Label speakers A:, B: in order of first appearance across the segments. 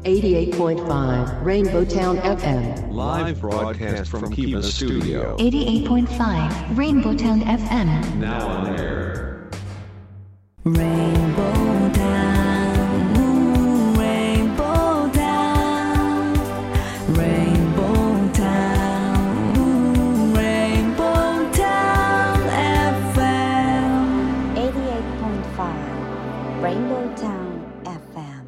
A: 88.5 Rainbow Town FM.
B: Live broadcast from Kiva Studio.
C: 88.5 Rainbow Town FM.
B: Now on air.
D: Rainbow Town, Rainbow Town, Rainbow Town, Rainbow Town FM.
E: 88.5 Rainbow Town FM.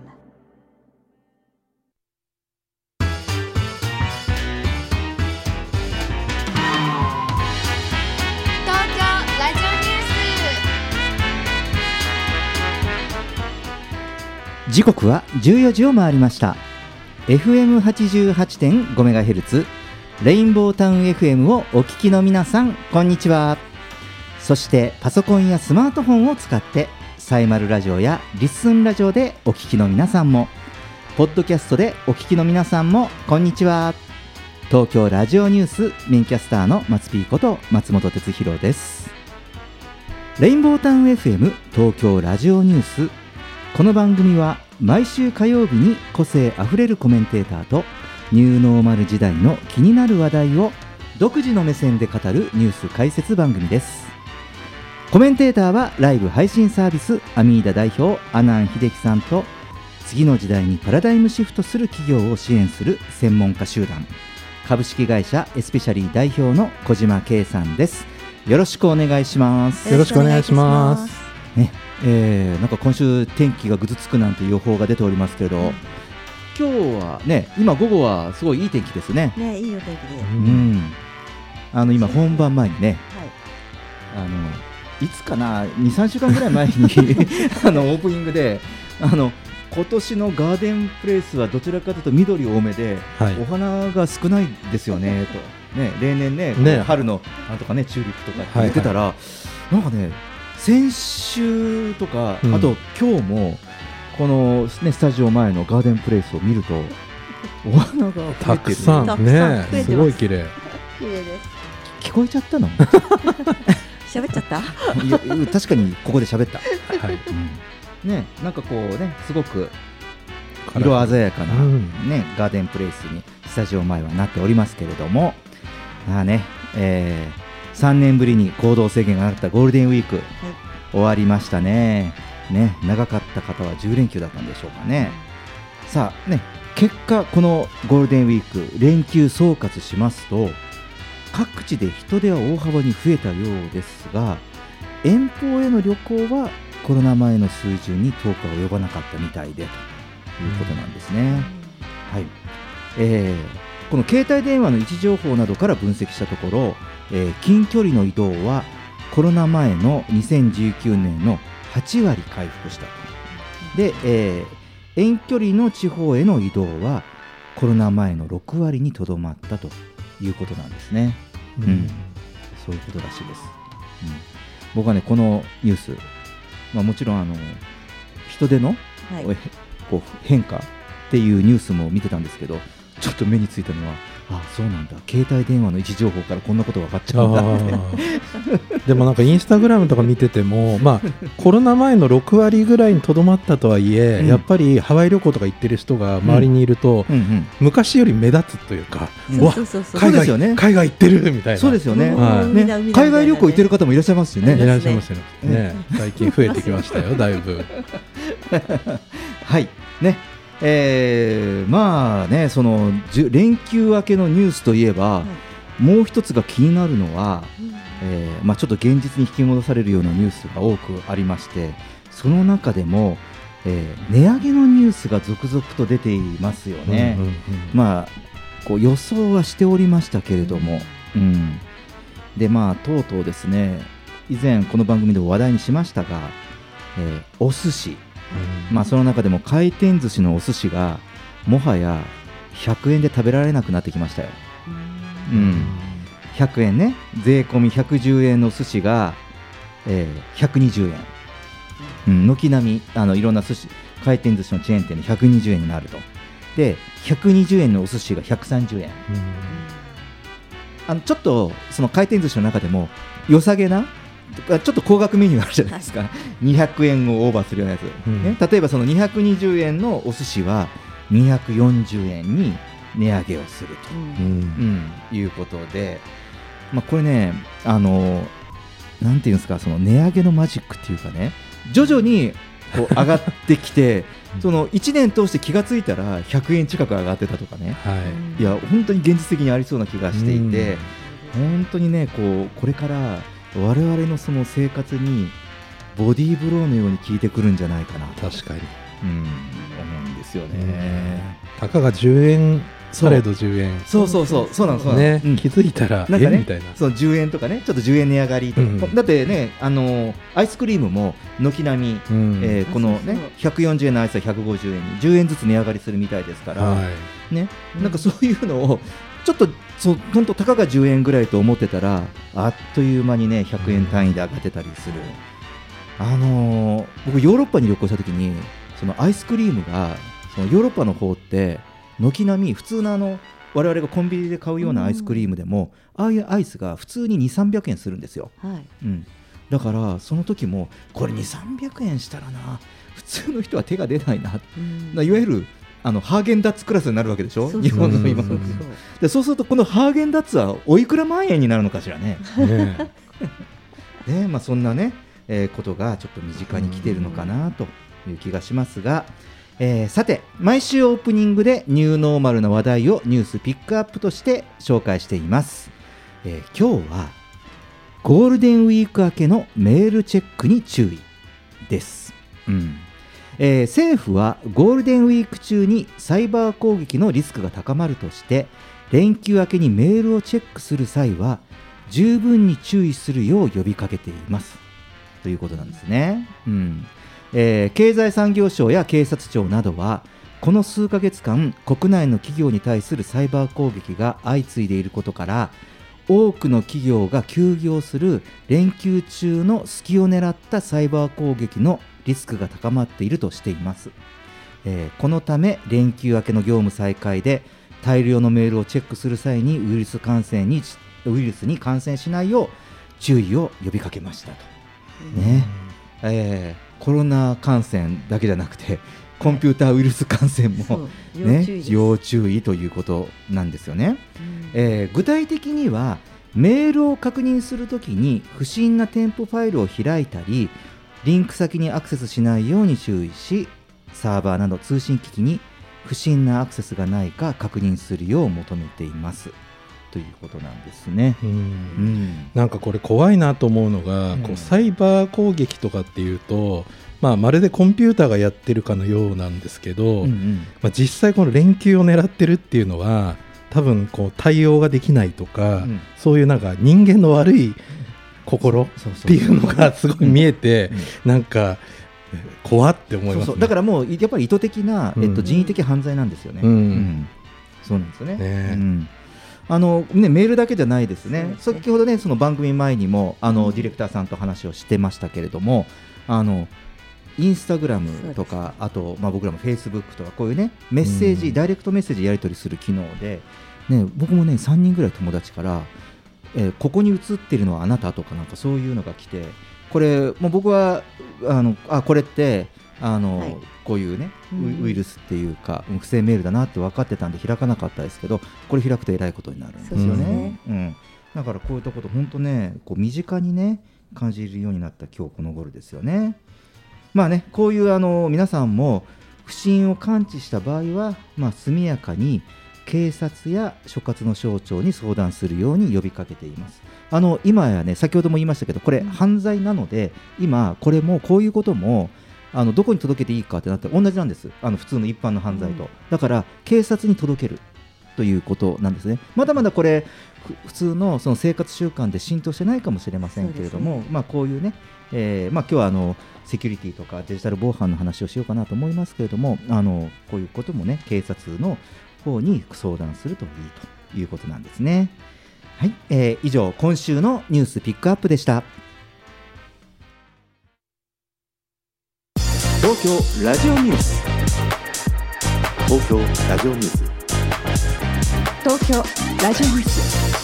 F: 東京ラジオニュース。
G: 時刻は14時を回りました。 FM88.5MHz レインボータウン FM をお聞きの皆さん、こんにちは。そしてパソコンやスマートフォンを使ってサイマルラジオやリッスンラジオでお聞きの皆さんも、ポッドキャストでお聞きの皆さんも、こんにちは。東京ラジオニュースメインキャスターの松ピーこと松本哲弘です。レインボータウン FM 東京ラジオニュース、この番組は毎週火曜日に個性あふれるコメンテーターとニューノーマル時代の気になる話題を独自の目線で語るニュース解説番組です。コメンテーターはライブ配信サービスアミーダ代表阿南秀樹さんと、次の時代にパラダイムシフトする企業を支援する専門家集団株式会社エスペシャリー代表の小島圭さんです。よろしくお願いします。
H: よろしくお願いします。
G: ね、なんか今週天気がぐずつくなんて予報が出ておりますけれど、今日はね、今午後はすごいいい天気ですね。
I: ね、いいお天気で、
G: 今本番前にね、いつかな、2、3週間ぐらい前にオープニングで今年のガーデンプレイスはどちらかというと緑多めで、お花が少ないですよねと、ね、例年ね、春のなんとかね、チューリップとか言ってたら、なんかね、先週とか、あと今日もこの、ね、スタジオ前のガーデンプレイスを見るとお花が
H: たくさんね、すごい綺麗。
I: 綺麗です。
G: 聞こえちゃったの
I: 喋っちゃった。
G: いや、確かにここで喋った、ね、なんかこうね、すごく色鮮やかな、ね、ガーデンプレイスにスタジオ前はなっておりますけれども、3年ぶりに行動制限があったゴールデンウィーク、終わりましたね。長かった方は10連休だったんでしょうかね。さあね、結果このゴールデンウィーク連休総括しますと、各地で人出は大幅に増えたようですが、遠方への旅行はコロナ前の水準に10日及ばなかったみたいでということなんですね。この携帯電話の位置情報などから分析したところ、近距離の移動はコロナ前の2019年の8割回復したと。で、遠距離の地方への移動はコロナ前の6割にとどまったということなんですね。そういうことらしいです。僕はね、このニュース、もちろん人出の、こう変化っていうニュースも見てたんですけど、ちょっと目についたのは、そうなんだ、携帯電話の位置情報からこんなこと分かっちゃうんだ
H: でもなんかインスタグラムとか見てても、コロナ前の6割ぐらいにとどまったとはいえ、やっぱりハワイ旅行とか行ってる人が周りにいると、昔より目立つというか、海外行ってるみたいな。
G: そうですよね。海外旅行行ってる方もいらっしゃいますしね。
H: いらっしゃいますよね。最近増えてきましたよ、だいぶ。
G: はいね。その連休明けのニュースといえば、もう一つが気になるのは、ちょっと現実に引き戻されるようなニュースが多くありまして、その中でも、値上げのニュースが続々と出ていますよね。こう予想はしておりましたけれども、でとうとうですね、以前この番組でも話題にしましたが、お寿司、その中でも回転寿司のお寿司がもはや100円で食べられなくなってきましたよ。100円ね、税込み110円の寿司が、120円、軒並みいろんな寿司回転寿司のチェーン店で120円になると。で120円のお寿司が130円、ちょっとその回転寿司の中でも良さげなちょっと高額メニューあるじゃないですか、200円をオーバーするようなやつ、例えばその220円のお寿司は 240円に値上げをすると、いうことで、これねなんていうんですか、その値上げのマジックっていうかね、徐々にこう上がってきてその1年通して気がついたら100円近く上がってたとかね、いや本当に現実的にありそうな気がしていて、本当にねこれから我々のその生活にボディーブローのように効いてくるんじゃないかなと
H: 確かに、
G: 思うんですよね。
H: たかが10円されど10円、
G: そうなんですね、
H: 気づいたら
G: なんかね
H: みたいな、
G: その10円とかね、ちょっと10円値上がりとか、だってねアイスクリームも軒並み、このね140円のアイスは150円に10円ずつ値上がりするみたいですから、ね、なんかそういうのをちょっと本当たかが10円ぐらいと思ってたらあっという間にね100円単位で上がってたりする。僕ヨーロッパに旅行した時にそのアイスクリームがそのヨーロッパの方って軒並み普通の我々がコンビニで買うようなアイスクリームでも、ああいうアイスが普通に 2,300 円するんですよ、だからその時もこれ 2,300 円したらな普通の人は手が出ないな、いわゆるハーゲンダッツクラスになるわけでしょ、日本の今で、そうするとこのハーゲンダッツはおいくら万円になるのかしらね。そんなね、ことがちょっと身近に来ているのかなという気がしますが、さて毎週オープニングでニューノーマルな話題をニュースピックアップとして紹介しています。今日はゴールデンウィーク明けのメールチェックに注意です、政府はゴールデンウィーク中にサイバー攻撃のリスクが高まるとして連休明けにメールをチェックする際は十分に注意するよう呼びかけていますということなんですね。経済産業省や警察庁などはこの数ヶ月間国内の企業に対するサイバー攻撃が相次いでいることから多くの企業が休業する連休中の隙を狙ったサイバー攻撃のリスクが高まっているとしています。このため連休明けの業務再開で大量のメールをチェックする際にウイルスに感染しないよう注意を呼びかけましたと、コロナ感染だけじゃなくてコンピューターウイルス感染も、要注意ということなんですよね。具体的にはメールを確認するときに不審な添付ファイルを開いたりリンク先にアクセスしないように注意し、サーバーなど通信機器に不審なアクセスがないか確認するよう求めていますということなんですね。
H: なんかこれ怖いなと思うのが、こうサイバー攻撃とかっていうと、まるでコンピューターがやってるかのようなんですけど、実際この連休を狙ってるっていうのは多分こう対応ができないとか、そういうなんか人間の悪い心っていうのがすごい見えて、なんか怖って思いますね。
G: だからもうやっぱり意図的な、人為的犯罪なんですよね。そうなんですよね。メールだけじゃないですね。先ほどねその番組前にもディレクターさんと話をしてましたけれども、インスタグラムとかあと、僕らもフェイスブックとかこういうねメッセージ、ダイレクトメッセージやり取りする機能で、僕もね3人ぐらい友達からここに映っているのはあなたとかなんかそういうのが来て、これもう僕はこれってこういうねウイルスっていうか不正メールだなって分かってたんで開かなかったですけど、これ開くとえらいことになるんですよね。だからこういったこと本当ねこう身近にね感じるようになった今日この頃ですよね。こういう皆さんも不審を感知した場合は、速やかに警察や所轄の省庁に相談するように呼びかけています。今やね先ほども言いましたけどこれ犯罪なので、今これもこういうこともどこに届けていいかってなって同じなんです。普通の一般の犯罪と、だから警察に届けるということなんですね。まだまだこれ普通のその生活習慣で浸透してないかもしれませんけれども、こういうね、今日はセキュリティとかデジタル防犯の話をしようかなと思いますけれども、こういうこともね警察の方に相談するといいということなんですね。はい、以上今週のニュースピックアップでした。東京ラジオニュース、
B: 東京ラジオニュース、
I: 東京ラジオニュース。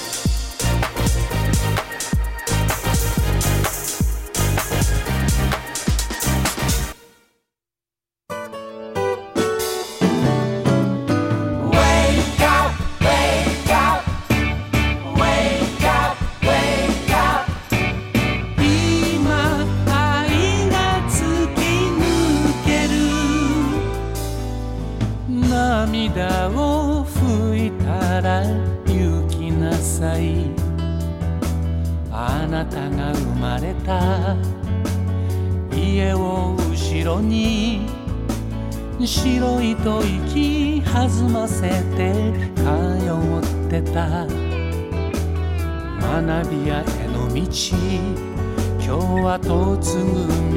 J: 涙を拭いたら行きなさい。あなたが生まれた家を後ろに白い吐息弾ませて通ってた。学び屋への道、今日は嫁ぐ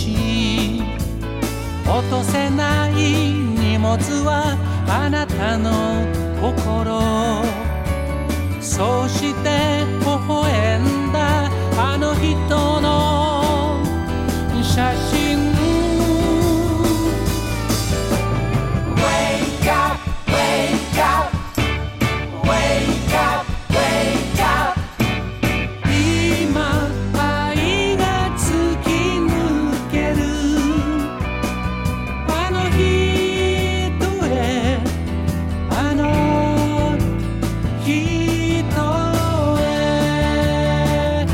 J: 道。落とせない荷物はあなたの心。そうして微笑んだあの人の写真。Wake up, wake up, wake up, wake up。 今愛が突き抜けるあの人へ、あの人へ。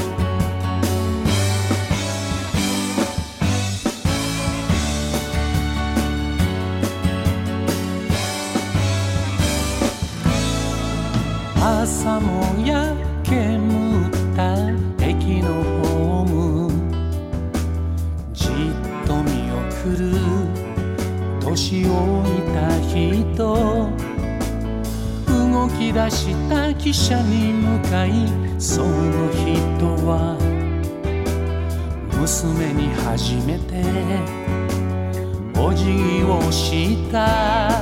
J: 朝も焼けむった駅のホーム。じっと見送る年老いた人。動き出した汽車に向かい、その人は娘に初めてお辞儀をした。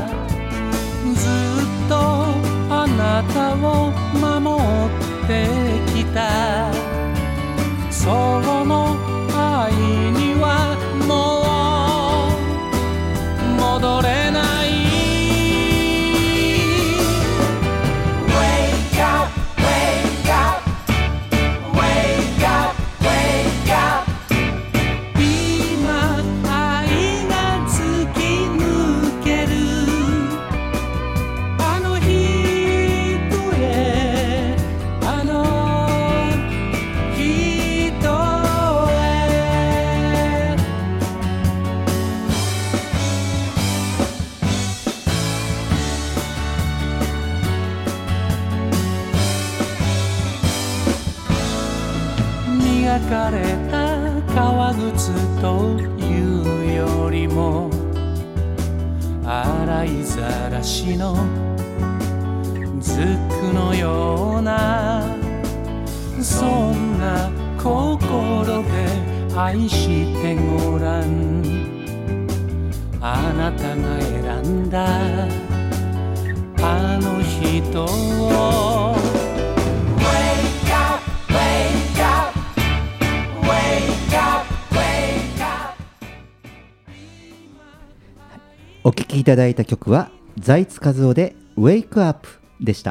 J: ずっとあなたを守ってきた。その愛にはもう戻れない。 Wake up, wake up, wake up, wake up。 今愛が突き抜けるあの人へ、あの人へ。磨かれた革靴というよりも、洗いざらしのズックのような、そんな心で愛してごらん。あなたが選んだあの人を。 Wake up, wake up, wake up, wake up。
G: お聴きいただいた曲は財津和夫で Wake Up でした。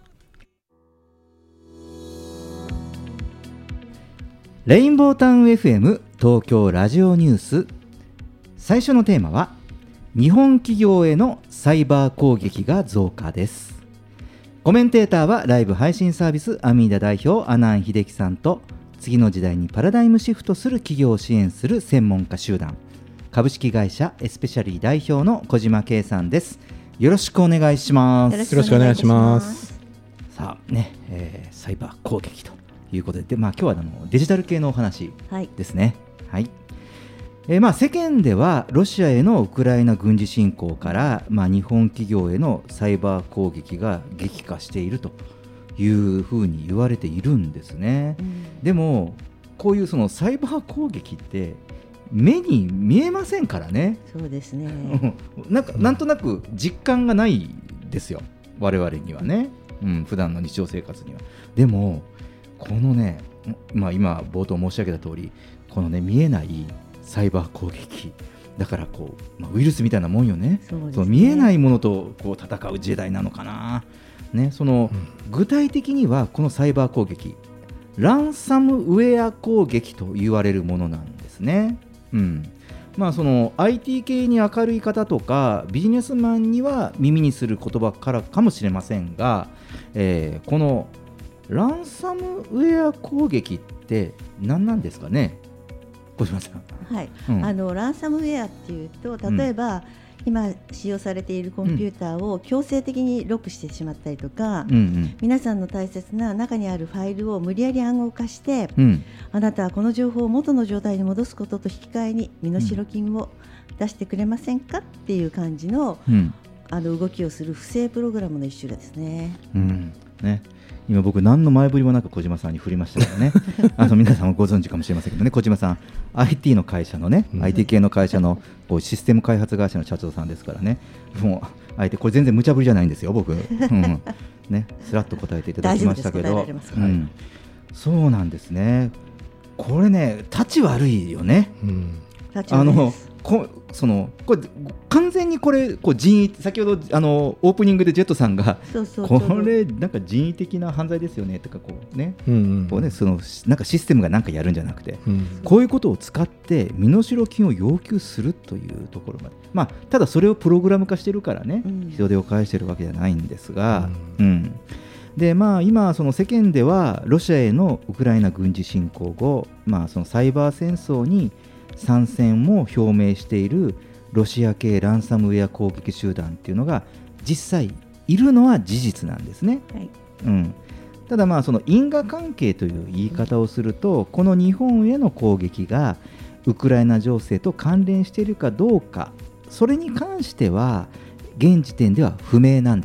G: レインボータウン FM 東京ラジオニュース、最初のテーマは日本企業へのサイバー攻撃が増加です。コメンテーターはライブ配信サービスアミーダ代表阿南秀樹さんと、次の時代にパラダイムシフトする企業を支援する専門家集団株式会社エスペシャリー代表の小島圭さんです。よろしくお願いします。
H: よろしくお願いします。
G: さあね、サイバー攻撃ということで、今日はデジタル系のお話ですね。はい。世間ではロシアへのウクライナ軍事侵攻から、日本企業へのサイバー攻撃が激化しているというふうに言われているんですね。でもこういうそのサイバー攻撃って目に見えませんからね。
K: そうですね。
G: なんとなく実感がないですよ、我々にはね。普段の日常生活には。でもこのね、今冒頭申し上げた通り、このね見えないサイバー攻撃だからウイルスみたいなもんよね。その見えないものと戦う時代なのかな、ね。具体的にはこのサイバー攻撃、ランサムウェア攻撃と言われるものなんですね。その IT 系に明るい方とかビジネスマンには耳にする言葉からかもしれませんが、このランサムウェア攻撃って何なんですかね、小島さん。
K: はい。ランサムウェアっていうと、例えば、 今使用されているコンピューターを強制的にロックしてしまったりとか、皆さんの大切な中にあるファイルを無理やり暗号化して、あなたはこの情報を元の状態に戻すことと引き換えに身代金を出してくれませんかっていう感じの、動きをする不正プログラムの一種類ですね。
G: ね、今僕何の前振りもなく小島さんに振りましたからね皆さんもご存知かもしれませんけどね、小島さん IT の会社のね、IT 系の会社のこうシステム開発会社の社長さんですからね、もう相手これ全然無茶ぶりじゃないんですよ僕、ね、スラッと答えていただきましたけど、そうなんですね。これね立ち悪いよね、これ完全にこれ人為、先ほどオープニングでジェットさんがこれなんか人為的な犯罪ですよねとかそのなんかシステムがなんかやるんじゃなくて、こういうことを使って身代金を要求するというところまで、ただそれをプログラム化してるからね、人手を返してるわけじゃないんですが、で今その世間ではロシアへのウクライナ軍事侵攻後、そのサイバー戦争に参戦も表明しているロシア系ランサムウェア攻撃集団っていうのが実際いるのは事実なんですね、ただその因果関係という言い方をすると、この日本への攻撃がウクライナ情勢と関連しているかどうか、それに関しては現時点では不明なんです、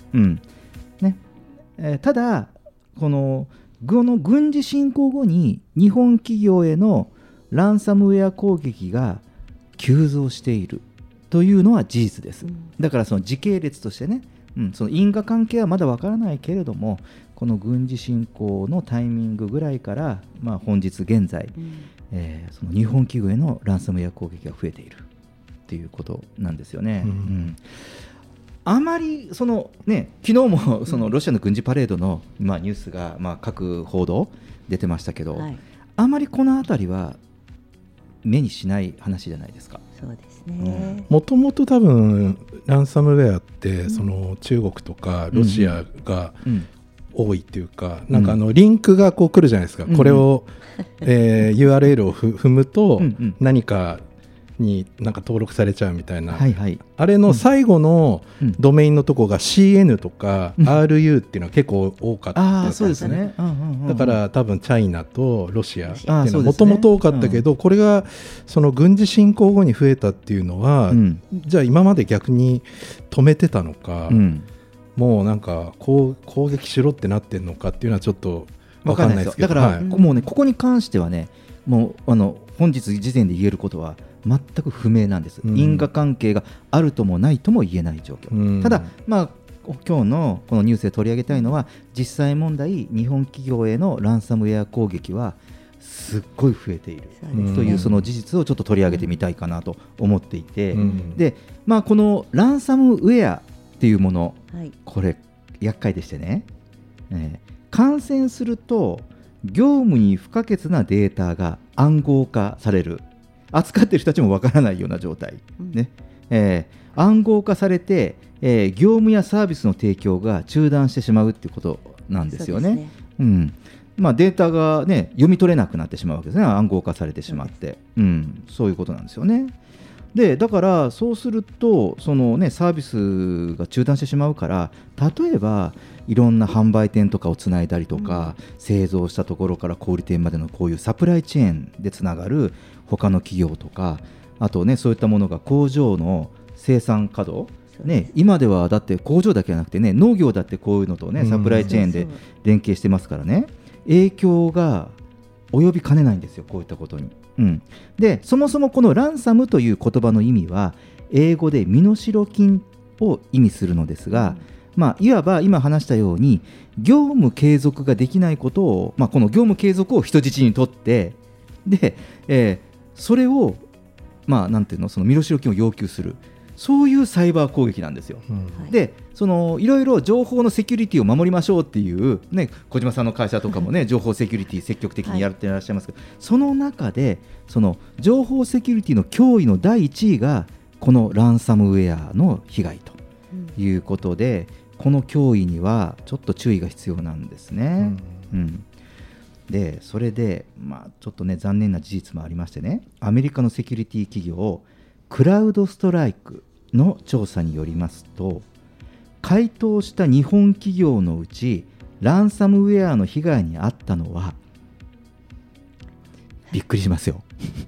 G: ただこの軍事侵攻後に日本企業へのランサムウェア攻撃が急増しているというのは事実です、だからその時系列としてね、その因果関係はまだわからないけれども、この軍事侵攻のタイミングぐらいから、本日現在、その日本企業へのランサムウェア攻撃が増えているということなんですよね、あまりその、昨日もそのロシアの軍事パレードの、ニュースが、各報道出てましたけど、あまりこのあたりは目にしない話じゃないですか。
K: そうですね。
H: もともと多分ランサムウェアってその中国とかロシアが多いっていうか、なんかリンクがこう来るじゃないですか、これを、URL を踏むと何かになんか登録されちゃうみたいな、あれの最後のドメインのとこが CN とか RU っていうのは結構多かったですね。だから多分チャイナとロシアっていうのはもともと多かったけど、これがその軍事侵攻後に増えたっていうのは、じゃあ今まで逆に止めてたのか、もうなんか攻撃しろってなってるのかっていうのはちょっと分かんないですけど、だから
G: もうね、ここに関してはね、もう本日時点で言えることは全く不明なんです、因果関係があるともないとも言えない状況、ただ今日のこのニュースで取り上げたいのは、実際問題日本企業へのランサムウェア攻撃はすっごい増えているというその事実をちょっと取り上げてみたいかなと思っていて、でこのランサムウェアっていうもの、これ厄介でしてね、感染すると業務に不可欠なデータが暗号化される、扱っている人たちもわからないような状態、暗号化されて、業務やサービスの提供が中断してしまうということなんですよね。データが、読み取れなくなってしまうわけですね、暗号化されてしまって、そういうことなんですよね。でだからそうするとその、サービスが中断してしまうから、例えばいろんな販売店とかをつないだりとか、製造したところから小売店までのこういうサプライチェーンでつながる他の企業とか、あとそういったものが工場の生産稼働、今ではだって工場だけじゃなくて農業だってこういうのとサプライチェーンで連携してますからね、影響が及びかねないんですよ、こういったことに。でそもそもこのランサムという言葉の意味は英語で身代金を意味するのですが、いわば今話したように業務継続ができないことを、この業務継続を人質にとって、で、それを、なんていうの、その身代金を要求する、そういうサイバー攻撃なんですよ。でそのいろいろ情報のセキュリティを守りましょうっていう、小島さんの会社とかも情報セキュリティ積極的にやっていらっしゃいますけど、その中でその情報セキュリティの脅威の第1位がこのランサムウェアの被害ということで、この脅威にはちょっと注意が必要なんですね。でそれで、ちょっと残念な事実もありましてね、アメリカのセキュリティ企業クラウドストライクの調査によりますと、回答した日本企業のうちランサムウェアの被害に遭ったのは、びっくりしますよ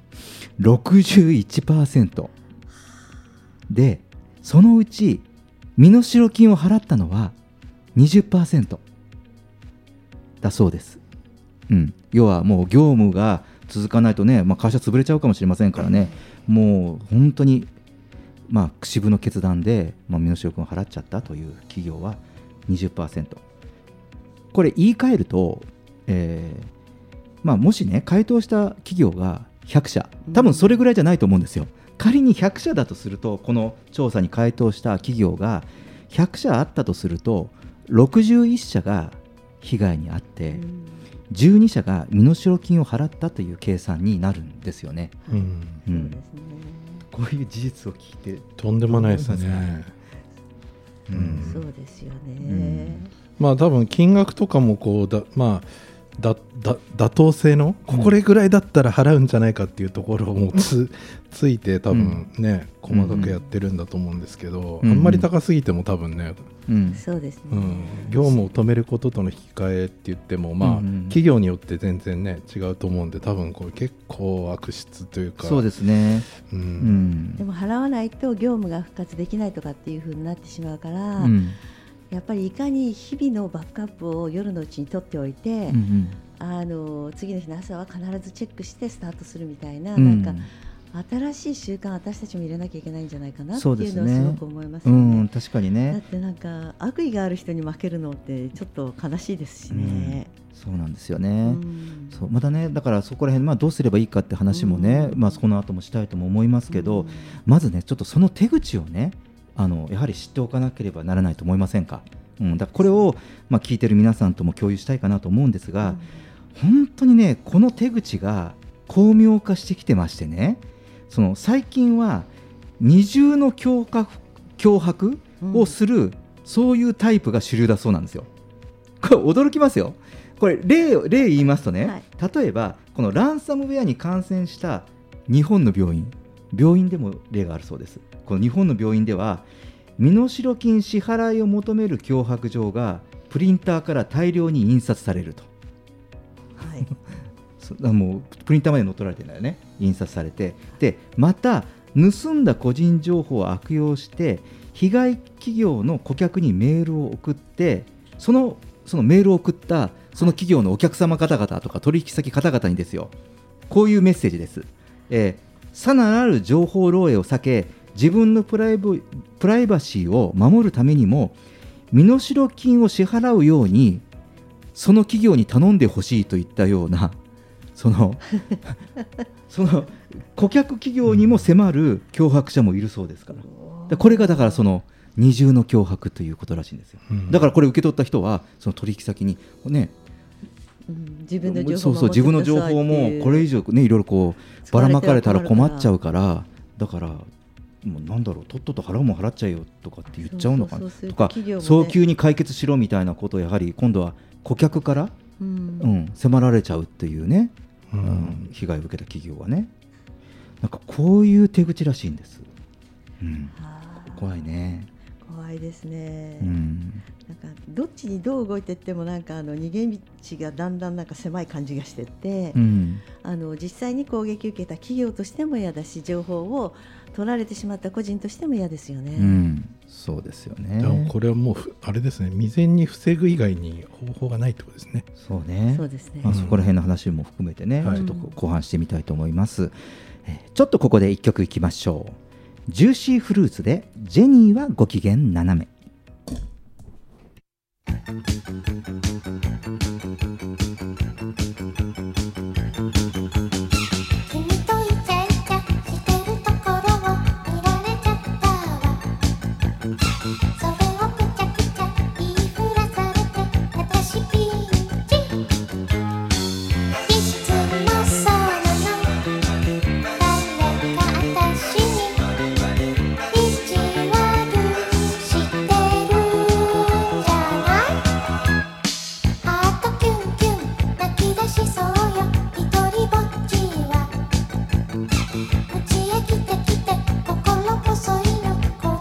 G: 61% で、そのうち身代金を払ったのは 20% だそうです。要はもう業務が続かないとね、会社潰れちゃうかもしれませんからね、もう本当に口ぶの決断で、身代金を払っちゃったという企業は 20%。 これ言い換えると、もしね回答した企業が100社、多分それぐらいじゃないと思うんですよ。仮に100社だとすると、この調査に回答した企業が100社あったとすると、61社が被害に遭って12社が身代金を払ったという計算になるんですよね。こういう事実を聞いて
H: とんでもないですね。
K: そうですよね。
H: 多分金額とかもこう妥当性のこれぐらいだったら払うんじゃないかっていうところもついて多分ね、細かくやってるんだと思うんですけど、あんまり高すぎても多分ね、
K: そうですね、
H: 業務を止めることとの引き換えって言っても、企業によって全然ね違うと思うんで、多分これ結構悪質というか。
G: そうですね、
K: でも払わないと業務が復活できないとかっていう風になってしまうから、やっぱりいかに日々のバックアップを夜のうちに取っておいて、次の日の朝は必ずチェックしてスタートするみたいな、なんか新しい習慣、私たちも入れなきゃいけないんじゃないかなっていうのはすごく思いますよね。
G: 確かにね。
K: だってなんか悪意がある人に負けるのってちょっと悲しいですしね。
G: そうなんですよね。そうまたね、だからそこら辺、どうすればいいかって話もね、その後もしたいとも思いますけど、まずねちょっとその手口をね、やはり知っておかなければならないと思いませんか。だからこれを、聞いてる皆さんとも共有したいかなと思うんですが、本当にねこの手口が巧妙化してきてましてね、最近は二重の脅迫をする、そういうタイプが主流だそうなんですよ。これ驚きますよ。これ例言いますとね、例えばこのランサムウェアに感染した日本の病院でも例があるそうです。この日本の病院では身代金支払いを求める脅迫状がプリンターから大量に印刷されると、もうプリンターまで乗っ取られてるんだよね。印刷されて、でまた盗んだ個人情報を悪用して被害企業の顧客にメールを送って、そのメールを送ったその企業のお客様方々とか取引先方々にですよ、こういうメッセージです。さらなる情報漏洩を避け、自分のプライバシーを守るためにも身代金を支払うようにその企業に頼んでほしいといったような、その顧客企業にも迫る脅迫者もいるそうですから。これがだからその二重の脅迫ということらしいんですよ。だからこれ受け取った人はその取引先にね、
K: 自分の
G: 情報もこれ以上ねいろいろこうばらまかれたら困っちゃうから、だからもうなんだろう、とっとと払うもん払っちゃえよとかって言っちゃうのかなとか、早急に解決しろみたいなことをやはり今度は顧客から迫られちゃうっていうね、被害を受けた企業はね、なんかこういう手口らしいんです。怖いね。
K: 怖いですね。なんかどっちにどう動いていってもなんか逃げ道がだんだんなんか狭い感じがしていて、実際に攻撃を受けた企業としても嫌だし、情報を取られてしまった個人としても嫌ですよね。
G: そうですよね。
H: でもこれはもうあれですね、未然に防ぐ以外に方法がないってことですね。
G: そうね。
K: そうですね。
G: そこら辺の話も含めてね、ちょっと後半してみたいと思います。ちょっとここで一曲いきましょう。ジューシーフルーツでジェニーはご機嫌斜め。
L: こ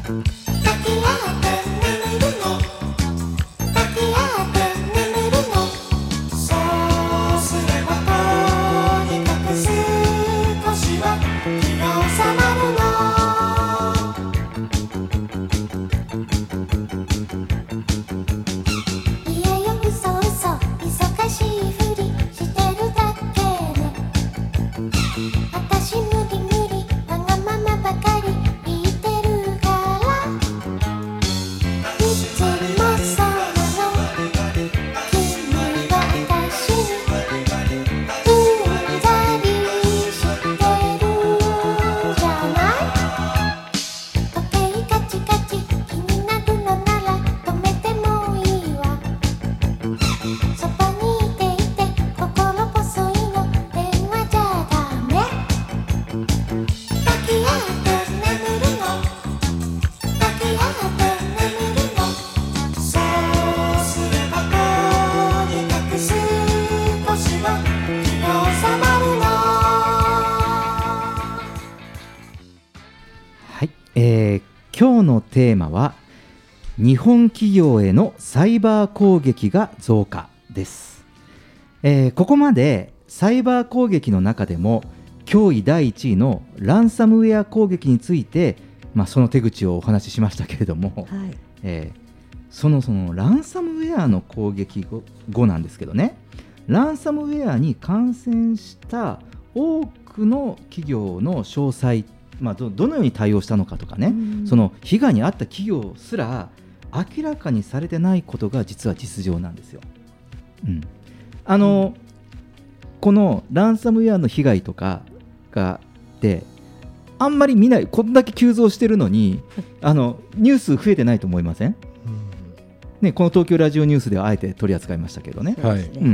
G: 今日のテーマは日本企業へのサイバー攻撃が増加です。ここまでサイバー攻撃の中でも脅威第1位のランサムウェア攻撃について、その手口をお話ししましたけれども、そのランサムウェアの攻撃後なんですけどね、ランサムウェアに感染した多くの企業の詳細、どのように対応したのかとかね、その被害に遭った企業すら明らかにされてないことが実は実情なんですよ。このランサムウェアの被害とかがであんまり見ない、こんだけ急増してるのにニュース増えてないと思いません？ね、この東京ラジオニュースではあえて取り扱いましたけどね。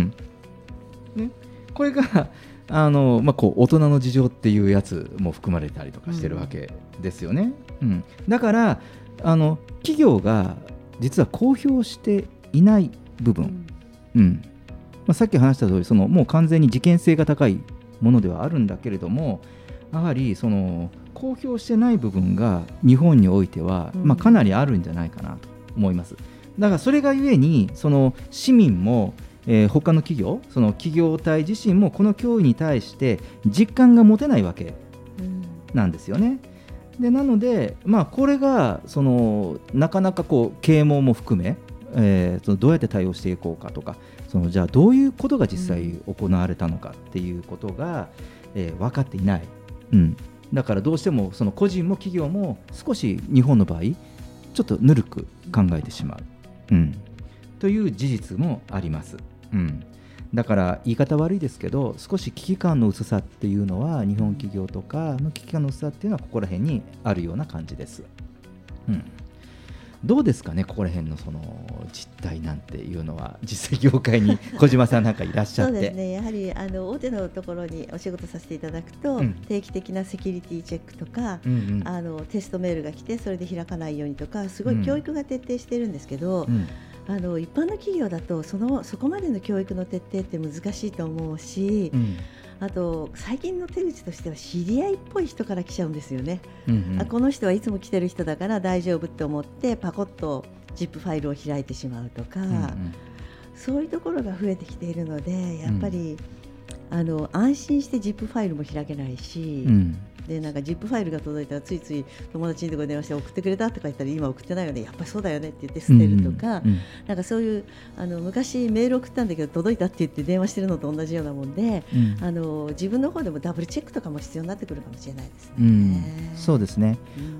G: これがこう大人の事情っていうやつも含まれたりとかしてるわけですよね。だから企業が実は公表していない部分、さっき話した通りもう完全に事件性が高いものではあるんだけれども、やはり公表してない部分が日本においては、かなりあるんじゃないかなと思います。だからそれがゆえに市民も他の企業、企業体自身もこの脅威に対して実感が持てないわけなんですよね。でなので、これがなかなか啓蒙も含め、どうやって対応していこうかとか、じゃあどういうことが実際行われたのかっていうことが、分かっていない、だからどうしても個人も企業も少し日本の場合ちょっとぬるく考えてしまう、という事実もあります。だから言い方悪いですけど、少し危機感の薄さっていうのは日本企業とかの危機感の薄さっていうのはここら辺にあるような感じです。どうですかね、ここら辺の実態なんていうのは、実際業界に小島さんなんかいらっしゃって
K: そうですね、やはり大手のところにお仕事させていただくと、定期的なセキュリティチェックとか、テストメールが来てそれで開かないようにとか、すごい教育が徹底してるんですけど、一般の企業だとそこまでの教育の徹底って難しいと思うし、あと最近の手口としては知り合いっぽい人から来ちゃうんですよね。この人はいつも来てる人だから大丈夫って思ってパコッと ZIP ファイルを開いてしまうとか、そういうところが増えてきているので、やっぱり、安心して ZIP ファイルも開けないし、でなんか ZIP ファイルが届いたらついつい友達にとか電話して送ってくれたとか言ったら、今送ってないよね、やっぱりそうだよねって言って捨てるとか、なんかそういう昔メール送ったんだけど届いたって言って電話してるのと同じようなもんで、自分の方でもダブルチェックとかも必要になってくるかもしれないですね。
G: そうですね、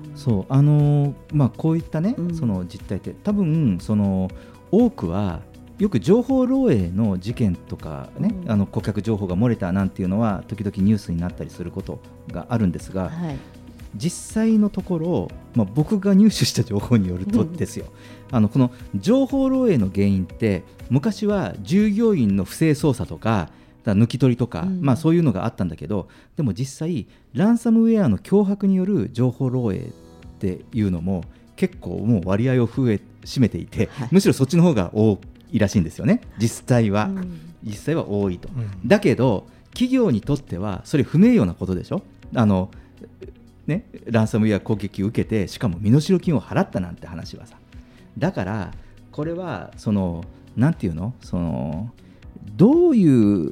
G: こういったね、実態って多分多くはよく情報漏洩の事件とかね、顧客情報が漏れたなんていうのは時々ニュースになったりすることがあるんですが、実際のところ、僕が入手した情報によるとですよ、この情報漏洩の原因って昔は従業員の不正操作とか抜き取りとか、そういうのがあったんだけど、でも実際ランサムウェアの脅迫による情報漏洩っていうのも結構もう割合を占めていて、むしろそっちの方が多いらしいんですよね。実際は多いと、だけど企業にとってはそれ不名誉なことでしょ。 ね、ランサムウェア攻撃を受けてしかも身代金を払ったなんて話はさ、だからこれはなんていうの、どういう、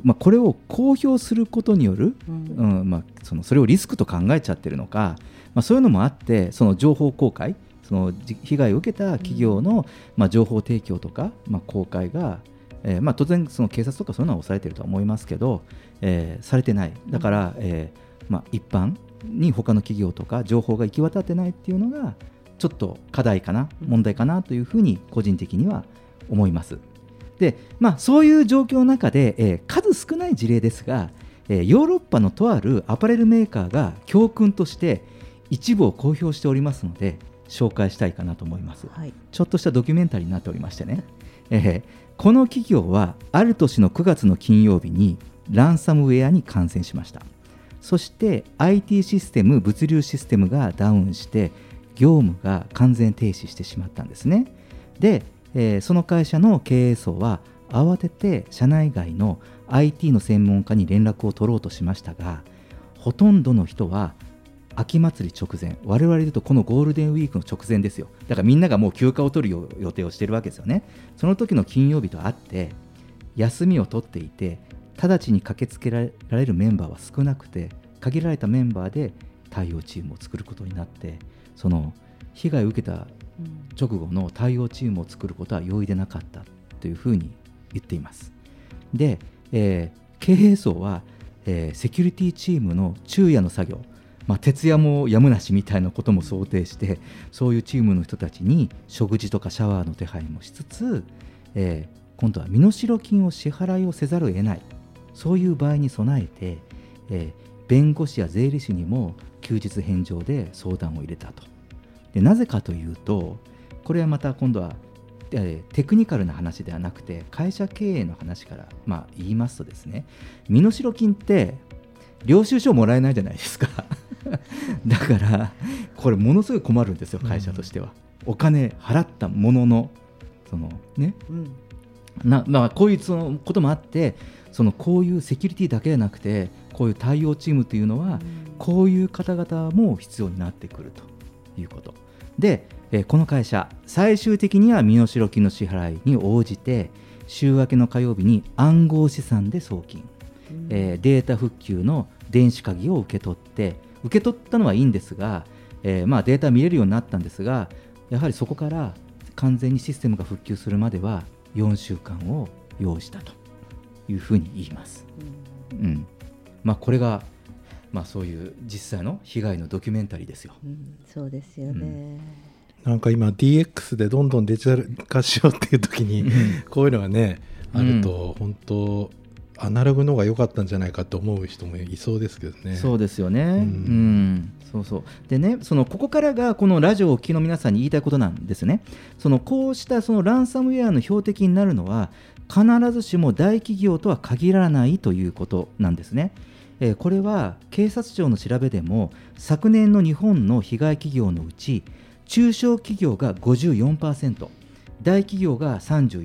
G: これを公表することによる、それをリスクと考えちゃってるのか、そういうのもあって、その情報公開、その被害を受けた企業の、情報提供とか、公開が、当然その警察とかそういうのは抑えてるとは思いますけど、されてない。だから、一般に他の企業とか情報が行き渡ってないっていうのがちょっと課題かな、問題かなというふうに個人的には思います。で、そういう状況の中で、数少ない事例ですが、ヨーロッパのとあるアパレルメーカーが教訓として一部を公表しておりますので紹介したいかなと思います、はい、ちょっとしたドキュメンタリーになっておりましてね、この企業はある年の9月の金曜日にランサムウェアに感染しました。そして IT システム、物流システムがダウンして業務が完全停止してしまったんですね。で、その会社の経営層は慌てて社内外の IT の専門家に連絡を取ろうとしましたが、ほとんどの人は秋祭り直前、我々で言うとこのゴールデンウィークの直前ですよ。だからみんながもう休暇を取る予定をしているわけですよね。その時の金曜日とあって休みを取っていて、直ちに駆けつけられるメンバーは少なくて、限られたメンバーで対応チームを作ることになって、その被害を受けた直後の対応チームを作ることは容易でなかったというふうに言っています。で、経営層は、セキュリティチームの昼夜の作業、徹夜もやむなしみたいなことも想定して、そういうチームの人たちに食事とかシャワーの手配もしつつ、今度は身代金を支払いをせざるを得ない、そういう場合に備えて、弁護士や税理士にも休日返上で相談を入れたと。で、なぜかというと、これはまた今度はテクニカルな話ではなくて会社経営の話から、言いますとですね、身代金って領収書もらえないじゃないですかだからこれものすごい困るんですよ、会社としては。お金払ったもののこういうそのこともあって、こういうセキュリティだけじゃなくてこういう対応チームというのは、こういう方々も必要になってくるということで、この会社最終的には身代金の支払いに応じて週明けの火曜日に暗号資産で送金、データ復旧の電子鍵を受け取ったのはいいんですが、データ見れるようになったんですが、やはりそこから完全にシステムが復旧するまでは4週間を要したというふうに言います、これが、そういう実際の被害のドキュメンタリーですよ、
K: そうですよね、
H: なんか今 DX でどんどんデジタル化しようっていう時にこういうのがね、あると本当アナログの方が良かったんじゃないかと思う人もいそうですけどね。
G: そうですよね、そうでね、ここからがこのラジオをお聞きの皆さんに言いたいことなんですね。こうしたランサムウェアの標的になるのは必ずしも大企業とは限らないということなんですね。これは警察庁の調べでも昨年の日本の被害企業のうち中小企業が 54%、 大企業が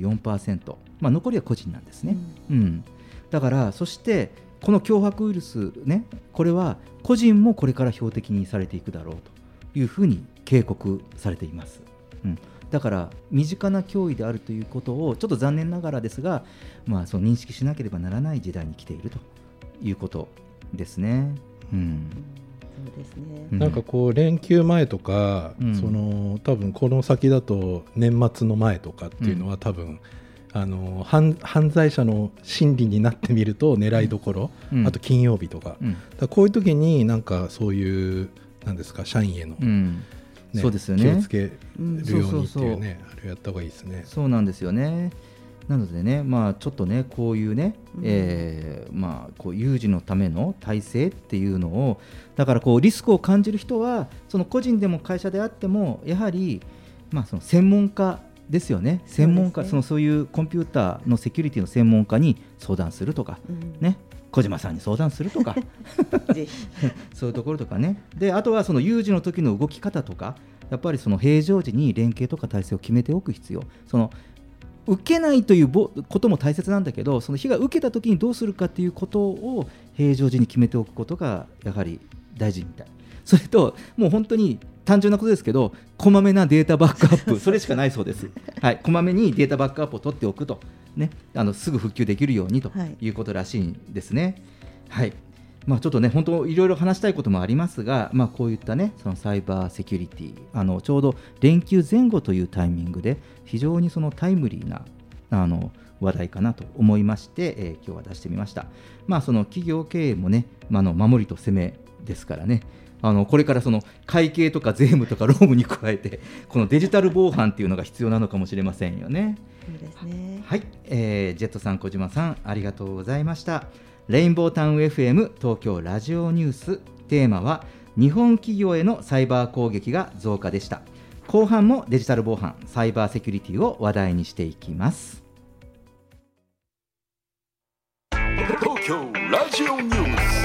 G: 34%、残りは個人なんですね、だからそしてこの脅迫ウイルスね、これは個人もこれから標的にされていくだろうというふうに警告されています、だから身近な脅威であるということをちょっと残念ながらですが、その認識しなければならない時代に来ているということですね。
K: そうですね、
H: なんかこう連休前とか、多分この先だと年末の前とかっていうのは多分、犯罪者の心理になってみると狙いどころ、あと金曜日とか、だこういう時になんかそういうなんですか、社員への、
G: そうですよね、
H: 気をつけるようにっていうね、あれやった方がいいですね。
G: そうなんですよね。なのでね、ちょっとねこういうね、こう有事のための体制っていうのを、だからこうリスクを感じる人はその個人でも会社であってもやはり、その専門家ですよね。専門家、そういうコンピューターのセキュリティの専門家に相談するとか、小島さんに相談するとかぜひそういうところとかね。で、あとはその有事の時の動き方とか、やっぱりその平常時に連携とか体制を決めておく必要、受けないということも大切なんだけど、その被害を受けた時にどうするかということを平常時に決めておくことがやはり大事みたいそれともう本当に単純なことですけど、こまめなデータバックアップそれしかないそうです、はい、こまめにデータバックアップを取っておくと、ね、すぐ復旧できるようにということらしいんですね。はい、まあ、ちょっとね本当いろいろ話したいこともありますが、まあ、こういったねそのサイバーセキュリティちょうど連休前後というタイミングで非常にそのタイムリーな話題かなと思いまして、今日は出してみました。まあ、その企業経営もね、守りと攻めですからね、これからその会計とか税務とか労務に加えてこのデジタル防犯っていうのが必要なのかもしれませんよね。
K: そうですね。
G: はい、ジェットさん小島さんありがとうございました。レインボータウン FM 東京ラジオニュース、テーマは日本企業へのサイバー攻撃が増加でした。後半もデジタル防犯サイバーセキュリティを話題にしていきます。
L: 東京ラジオニュース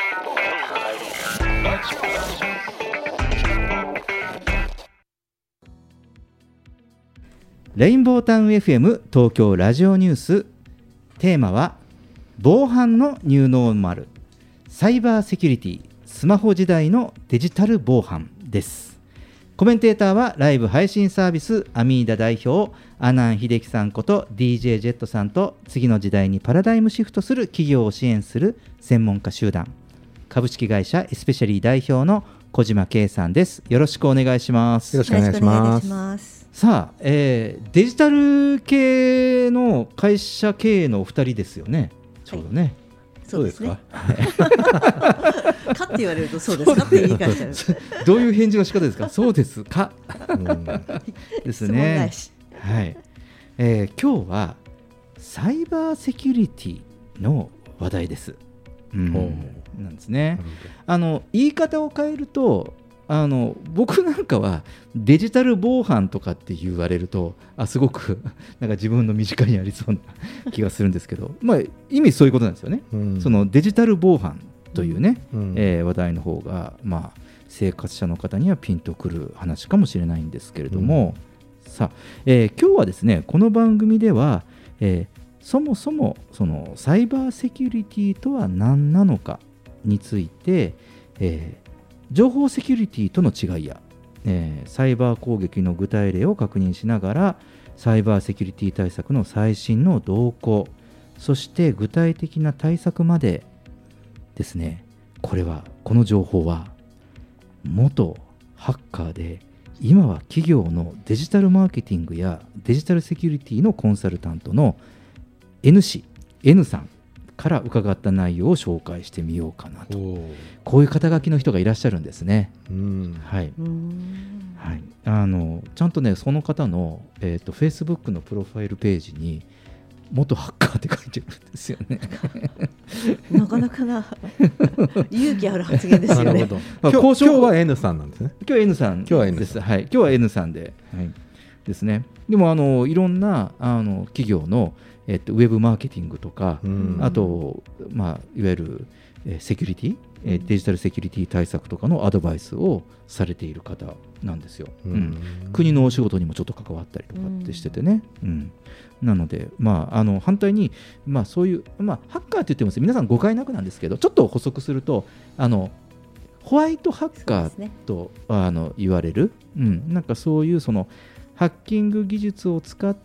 G: レインボータウン FM 東京ラジオニュース、テーマは防犯のニューノーマルサイバーセキュリティスマホ時代のデジタル防犯です。コメンテーターはライブ配信サービスアミーダ代表阿南秀樹さんこと DJ ジェットさんと、次の時代にパラダイムシフトする企業を支援する専門家集団株式会社エスペシャリー代表の小島圭さんです。よろしくお願いします。
H: よろしくお願いします。
G: さあ、デジタル系の会社経営のお二人ですよね、ちょうどね、
K: はい、そうですかかって言われるとそうですかって言い返しちゃう
G: どういう返事の仕方ですかそうですかですね。はい、今日はサイバーセキュリティの話題です、なんですね。言い方を変えると僕なんかはデジタル防犯とかって言われるとすごくなんか自分の身近にありそうな気がするんですけど、まあ、意味そういうことなんですよね、そのデジタル防犯というね、話題の方が、まあ、生活者の方にはピンとくる話かもしれないんですけれども、さあ、今日はですねこの番組では、そもそもそのサイバーセキュリティとは何なのかについて、情報セキュリティとの違いや、サイバー攻撃の具体例を確認しながらサイバーセキュリティ対策の最新の動向、そして具体的な対策までですね、この情報は元ハッカーで今は企業のデジタルマーケティングやデジタルセキュリティのコンサルタントの N さんから伺った内容を紹介してみようかなと。こういう肩書きの人がいらっしゃるんですね。はい、はい、ちゃんとねその方の、Facebook のプロファイルページに元ハッカーって書いてるんですよね
K: なかなかな勇気ある発言ですよね。
H: なるほど。今日は N さんなんですね。
G: 今日は N さんです。はい、今日は N さんで、はい、ですね。でもいろんな企業のウェブマーケティングとか、あと、まあ、いわゆるセキュリティ、デジタルセキュリティ対策とかのアドバイスをされている方なんですよ。国のお仕事にもちょっと関わったりとかってしててね。なので、まあ、反対に、まあ、そういう、まあ、ハッカーって言っても皆さん誤解なくなんですけど、ちょっと補足するとホワイトハッカーと、言われる、なんかそういうそのハッキング技術を使って、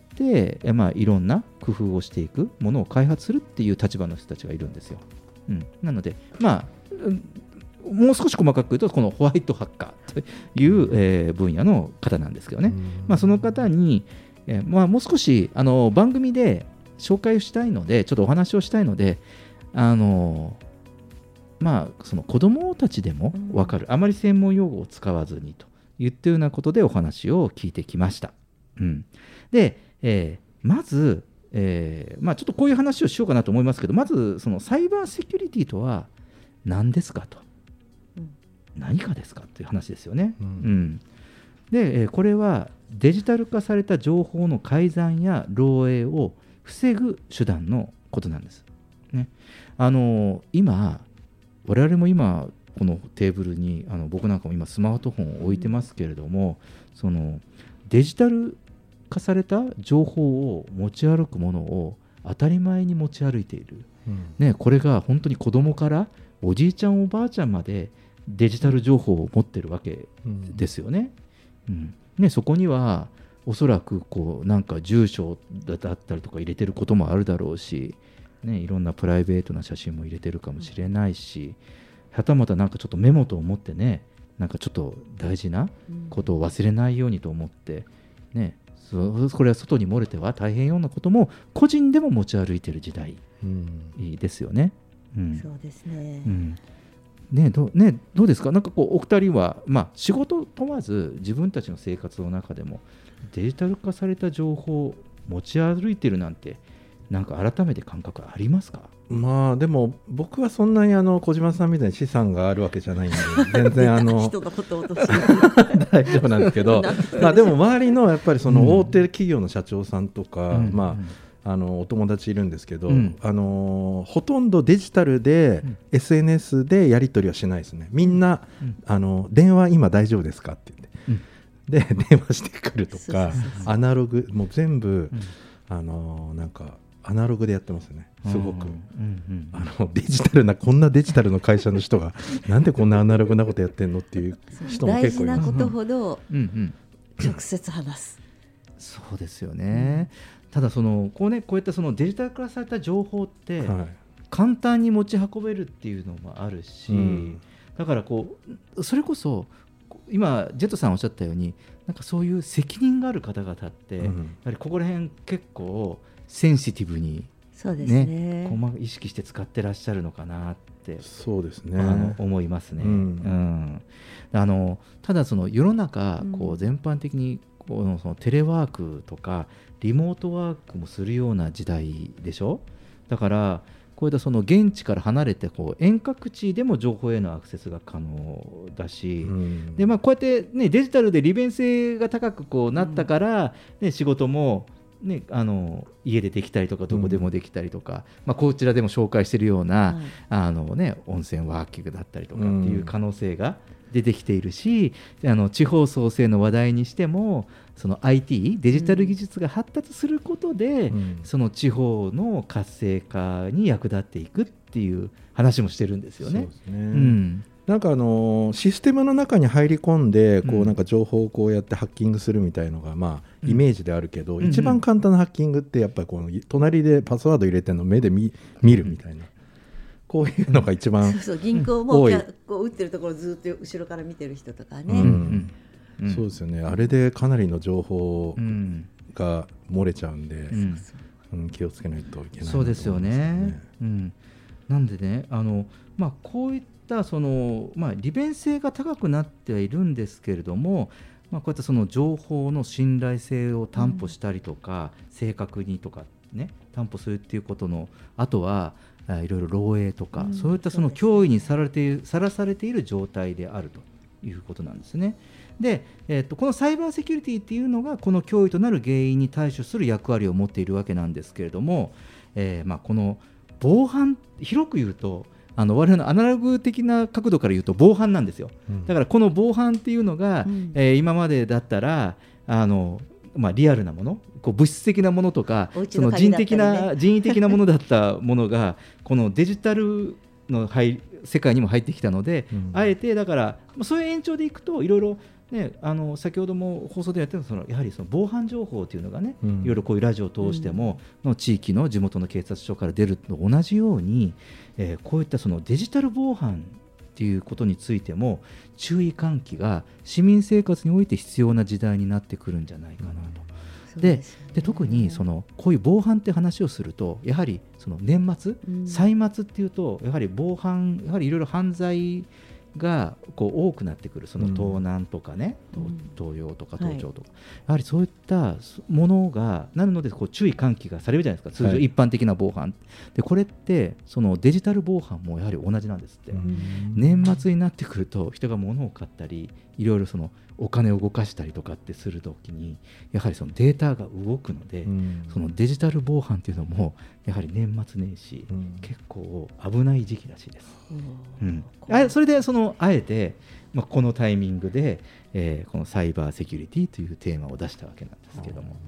G: まあ、いろんな工夫をしていくものを開発するっていう立場の人たちがいるんですよ。なので、まあ、もう少し細かく言うとこのホワイトハッカーという、分野の方なんですけどね、まあ、その方に、まあ、もう少し番組で紹介をしたいのでちょっとお話をしたいのでまあ、その子どもたちでも分かる、あまり専門用語を使わずにといったようなことでお話を聞いてきました。で、まず、まあ、ちょっとこういう話をしようかなと思いますけど、まずそのサイバーセキュリティとは何ですかと、何かですかという話ですよね。で、これはデジタル化された情報の改ざんや漏洩を防ぐ手段のことなんです、ね。今我々も今このテーブルに僕なんかも今スマートフォンを置いてますけれども、そのデジタル化された情報を持ち歩くものを当たり前に持ち歩いている、これが本当に子供からおじいちゃんおばあちゃんまでデジタル情報を持ってるわけですよね。ね、そこにはおそらくこうなんか住所だったりとか入れてることもあるだろうし、ね、いろんなプライベートな写真も入れてるかもしれないし、はたまたなんかちょっとメモと思ってね、なんかちょっと大事なことを忘れないようにと思って、ね、これは外に漏れては大変ようなことも個人でも持ち歩いている時代ですよね。
K: そうですね。
G: ね、どうですか。なんかこうお二人は、仕事問わず自分たちの生活の中でもデジタル化された情報を持ち歩いてるなんて、なんか改めて感覚ありますか？
H: でも僕はそんなに小島さんみたいに資産があるわけじゃないんで全然
K: 人のことを落とす
H: 大丈夫なんですけどでも周りのやっぱりその大手企業の社長さんとか、お友達いるんですけど、ほとんどデジタルで、SNS でやり取りはしないですね。みんな、電話今大丈夫ですかって言って、で電話してくるとかアナログもう全部、なんかアナログでやってますね。すごく、デジタルなこんなデジタルの会社の人がなんでこんなアナログなことやってんのっていう人も結構います。
K: 大事なことほど直接話す。
G: そうですよね。ただこうやってそのデジタル化された情報って簡単に持ち運べるっていうのもあるし、だからそれこそ今ジェットさんおっしゃったように、なんかそういう責任がある方々って、やはりここら辺結構センシティブに、
K: そうですね、
G: 意識して使ってらっしゃるのかなって
H: そうですね、
G: 思いますね。ただ世の中全般的にそのテレワークとかリモートワークもするような時代でしょ。だからこういった現地から離れて遠隔地でも情報へのアクセスが可能だし、でこうやって、ね、デジタルで利便性が高くなったから、仕事も、ね、家でできたりとかどこでもできたりとか、こちらでも紹介しているような、温泉ワーキングだったりとかっていう可能性が出てきているし、地方創生の話題にしてもIT デジタル技術が発達することで、その地方の活性化に役立っていくっていう話もしてるんですよね。
H: そうですね。なんかシステムの中に入り込んでなんか情報をやってハッキングするみたいのがイメージであるけど、一番簡単なハッキングってやっぱり隣でパスワード入れてるのを目で見るみたいな、こういうのが一番
K: そう銀行も打ってるところずっと後ろから見てる人とかね、
H: そうですよね。あれでかなりの情報が漏れちゃうんで、気をつけないといけない、
G: そうですよね。なんでね、こういった利便性が高くなってはいるんですけれども、こういった情報の信頼性を担保したりとか、正確にとかね担保するっていうことの、あとはいろいろ漏洩とか、そういった脅威にさらされている状態であるということなんですね。で、このサイバーセキュリティっていうのがこの脅威となる原因に対処する役割を持っているわけなんですけれども、この防犯、広く言うと我々のアナログ的な角度から言うと防犯なんですよ。だからこの防犯っていうのが、今までだったらリアルなもの、物質的なものとか、人為的なものだったものがこのデジタルの世界にも入ってきたので、あえてだからそういう延長でいくといろいろね、先ほども放送でやってたやはり防犯情報というのがね、いろいろこういうラジオを通しても、地域の地元の警察署から出るのと同じように、こういったデジタル防犯っていうことについても注意喚起が市民生活において必要な時代になってくるんじゃないかなと。で特にこういう防犯って話をすると、やはり年末、歳末っていうとやはり防犯、やはりいろいろ犯罪が多くなってくる、盗難とかね、盗用とか盗聴とか、やはりそういったものがなるので注意喚起がされるじゃないですか、通常一般的な防犯で。これってデジタル防犯もやはり同じなんですって。年末になってくると人が物を買ったり、いろいろお金を動かしたりとかってするときに、やはりデータが動くので、デジタル防犯っていうのもやはり年末年始、結構危ない時期らしいです。それであえて、このタイミングで、このサイバーセキュリティというテーマを出したわけなんですけども、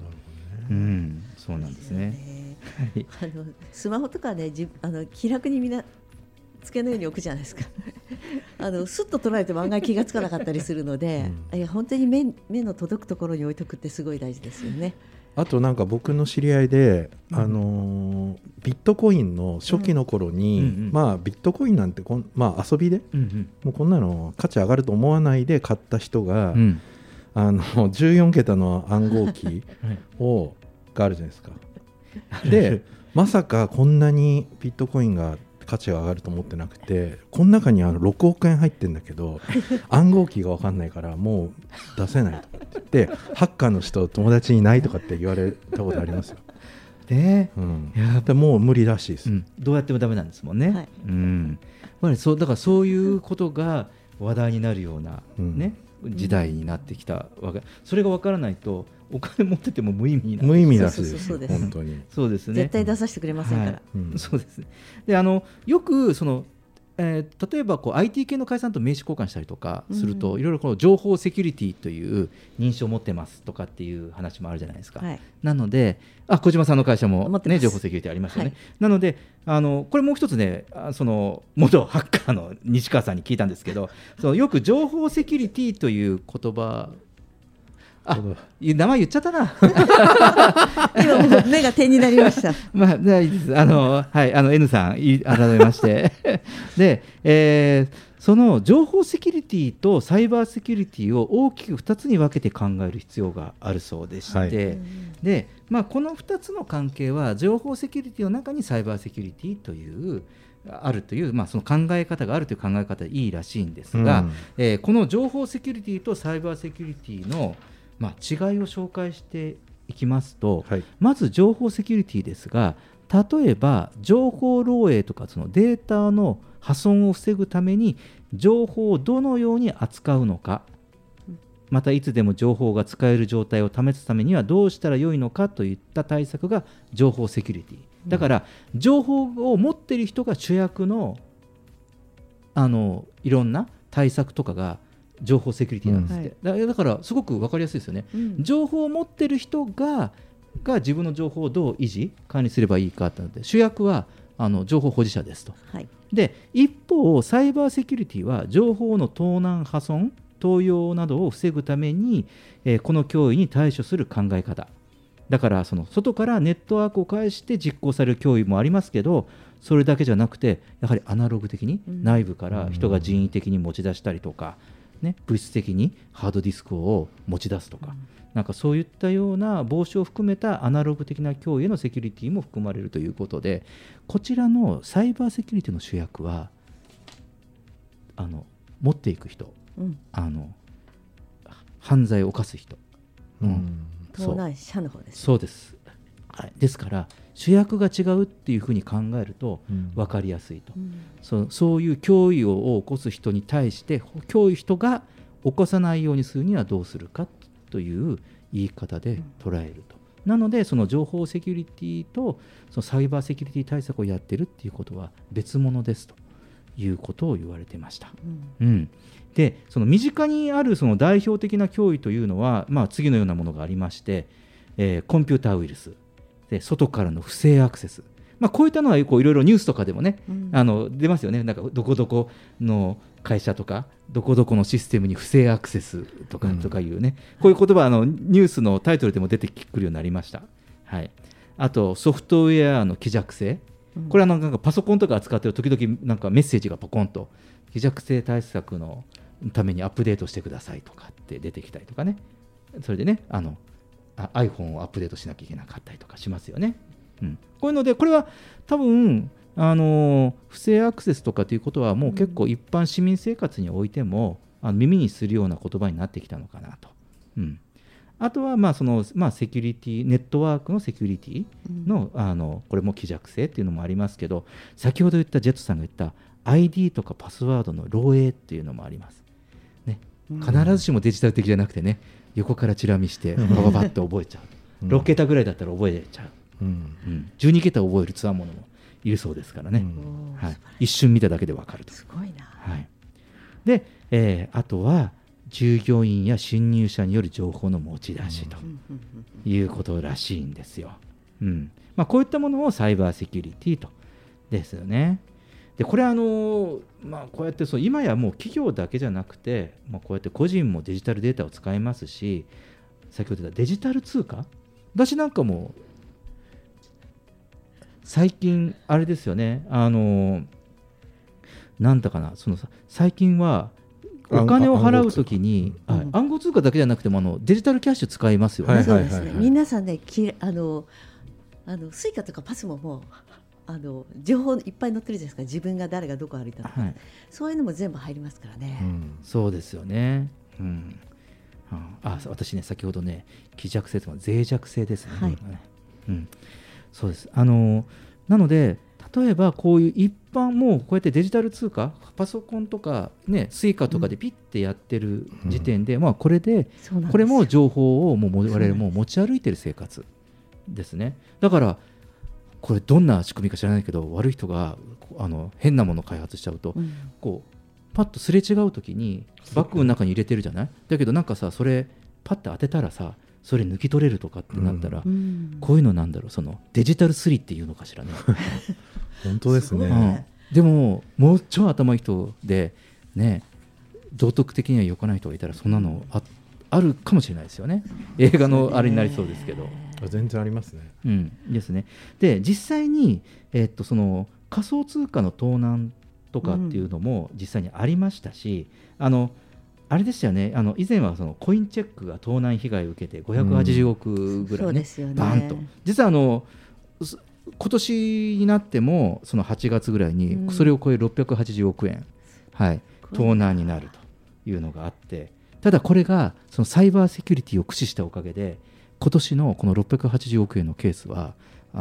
G: そうなんですね。
K: スマホとかね、気楽に机の上に置くじゃないですかスッと捉えても案外気がつかなかったりするので、いや本当に 目の届くところに置いとくってすごい大事ですよね。
H: あとなんか僕の知り合いで、ビットコインの初期の頃に、まあビットコインなんてまあ遊びで、もうこんなの価値上がると思わないで買った人が、14桁の暗号機があるじゃないですかでまさかこんなにビットコインが価値が上がると思ってなくて、この中に6億円入ってるんだけど暗号機が分かんないからもう出せないとかって言ってハッカーの人友達にないとかって言われたことありますよ
G: で、
H: やっぱりもう無理らしいです、
G: どうやってもダメなんですもんね、だからそういうことが話題になるような、時代になってきたわけ。それが分からないとお金持ってても無意味なんです。
H: 無意味らしいです。本当に
G: そうですね。
K: 絶対出させてくれませんから、
G: そうですね。でよく例えばIT 系の会社さんと名刺交換したりとかすると、いろいろこの情報セキュリティという認証を持ってますとかっていう話もあるじゃないですか、なので小島さんの会社も、情報セキュリティありますよね、なのでこれもう一つね元ハッカーの西川さんに聞いたんですけどよく情報セキュリティという言葉名前言っちゃったな
K: 今目が点になりました
G: まあいいです。N さん改めましてで、その情報セキュリティとサイバーセキュリティを大きく2つに分けて考える必要があるそうでして、で、この2つの関係は情報セキュリティの中にサイバーセキュリティというあるという、その考え方があるという考え方でいいらしいんですが、この情報セキュリティとサイバーセキュリティの違いを紹介していきますと、まず情報セキュリティですが、例えば情報漏洩とかそのデータの破損を防ぐために情報をどのように扱うのか、またいつでも情報が使える状態を保つためにはどうしたらよいのかといった対策が情報セキュリティだから、情報を持っている人が主役のいろんな対策とかが情報セキュリティなんですって、だからすごく分かりやすいですよね、情報を持っている人が自分の情報をどう維持管理すればいいかってなって、主役は情報保持者ですと、で一方サイバーセキュリティは情報の盗難破損盗用などを防ぐために、この脅威に対処する考え方だから、外からネットワークを介して実行される脅威もありますけど、それだけじゃなくてやはりアナログ的に内部から人が人為的に持ち出したりとか、物質的にハードディスクを持ち出すとか、なんかそういったような防止を含めたアナログ的な脅威へのセキュリティも含まれるということで、こちらのサイバーセキュリティの主役は持っていく人、犯罪を犯す人、
K: 盗難者の方です。
G: そうです、ですから主役が違うっていうふうに考えると分かりやすいと、そういう脅威を起こす人に対して人が起こさないようにするにはどうするかという言い方で捉えると、なのでその情報セキュリティとそのサイバーセキュリティ対策をやってるっていうことは別物ですということを言われてました、でその身近にあるその代表的な脅威というのは、次のようなものがありまして、コンピューターウイルスで外からの不正アクセス、こういったのはいろいろニュースとかでもね、出ますよね。なんかどこどこの会社とかどこどこのシステムに不正アクセスとかいうね、こういう言葉ニュースのタイトルでも出てくるようになりました、あとソフトウェアの希弱性、これはなんかパソコンとか扱ってる時々なんかメッセージがポコンと希弱性対策のためにアップデートしてくださいとかって出てきたりとかね、それでねiPhone をアップデートしなきゃいけなかったりとかしますよね、こういうのでこれは多分不正アクセスとかということはもう結構一般市民生活においても耳にするような言葉になってきたのかなと、あとはセキュリティネットワークのセキュリティの、これも希弱性っていうのもありますけど、先ほど言ったジェットさんが言った ID とかパスワードの漏洩っていうのもあります、必ずしもデジタル的じゃなくてね、横からチラ見してバババッと覚えちゃう、6桁ぐらいだったら覚えちゃう、12桁覚えるつわものもいるそうですからね、一瞬見ただけで分かると。
K: すごいな、
G: で、あとは従業員や侵入者による情報の持ち出しということらしいんですよ、こういったものをサイバーセキュリティとですよね。 でこれこうやって今やもう企業だけじゃなくて、こうやって個人もデジタルデータを使いますし、先ほど言ったデジタル通貨、私なんかも最近あれですよね、なんだかな、最近はお金を払うときに暗号通貨だけじゃなくてもデジタルキャッシュ使いますよね。
K: そうですね。皆さんね、スイカとかパスももう情報いっぱい載ってるじゃないですか。自分が誰がどこ歩いたのか、そういうのも全部入りますからね。
G: そうですよね。私ね、先ほどね、希弱性とか脆弱性ですね。そうです。なので例えばこういう一般もこうやってデジタル通貨、パソコンとかね、スイカとかでピッてやってる時点で、これこれも情報をもう我々も持ち歩いてる生活ですね。だからこれどんな仕組みか知らないけど、悪い人が変なものを開発しちゃうと、こうパッとすれ違うときにバッグの中に入れてるじゃない。だけどなんかさ、それパッと当てたらさ、それ抜き取れるとかってなったら、こういうのなんだろう、デジタルスリっていうのかしらね。
H: 本当ですね。
G: でももう超頭いい人でね、道徳的には良くない人がいたら、そんなのあるかもしれないですよね。映画のあれになりそうですけど。
H: 全然ありますね。
G: ですね。で実際に、その仮想通貨の盗難とかっていうのも実際にありましたし、あれでしたよね、以前はコインチェックが盗難被害を受けて580億ぐらいね、バーンと。実は今年になってもその8月ぐらいにそれを超える680億円、盗難になるというのがあって、ただこれがそのサイバーセキュリティを駆使したおかげで、今年のこの680億円のケースは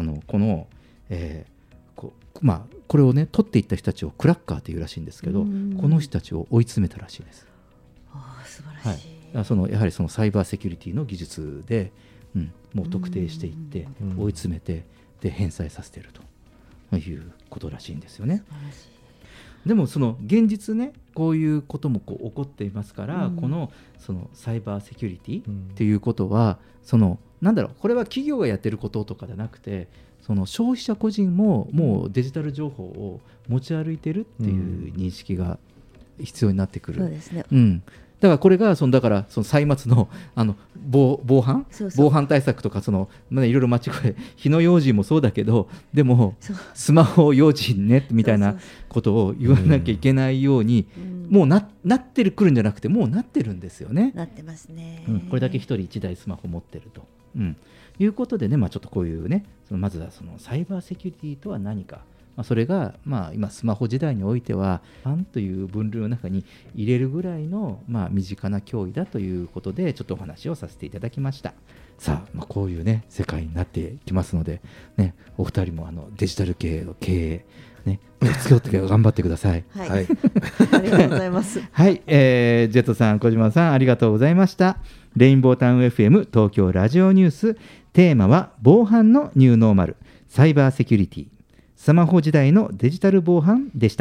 G: これをね取っていった人たちをクラッカーというらしいんですけど、この人たちを追い詰めたらしいです。
K: 素晴らしい。
G: やはりそのサイバーセキュリティの技術で、もう特定していって追い詰めて、で返済させているということらしいんですよね。でもその現実ね、こういうことも起こっていますから、そのサイバーセキュリティっていうことは、なんだろう、これは企業がやってることとかじゃなくて、その消費者個人ももうデジタル情報を持ち歩いてるっていう認識が必要になってくる。
K: そうですね。
G: だからこれがだからその歳末の防犯対策とか、いろいろ間違え、火の用心もそうだけど、でもスマホ用心ねみたいなことを言わなきゃいけないように、もうなってくるんじゃなくて、もうなってるんですよね。
K: なってますね。
G: これだけ一人一台スマホ持ってると、いうことでね、ちょっとこういうね、まずはそのサイバーセキュリティとは何か。それが今スマホ時代においてはファンという分類の中に入れるぐらいの身近な脅威だということで、ちょっとお話をさせていただきました。さあ、こういうね世界になってきますのでね、お二人もデジタル系の経営ね、気をつけて頑張ってください。
K: はい、ありがとうございます。
G: はい、ジェットさん、小島さん、ありがとうございました。レインボータウン FM 東京ラジオニュース、テーマは防犯のニューノーマル、サイバーセキュリティ、スマホ時代のデジタル防犯でした。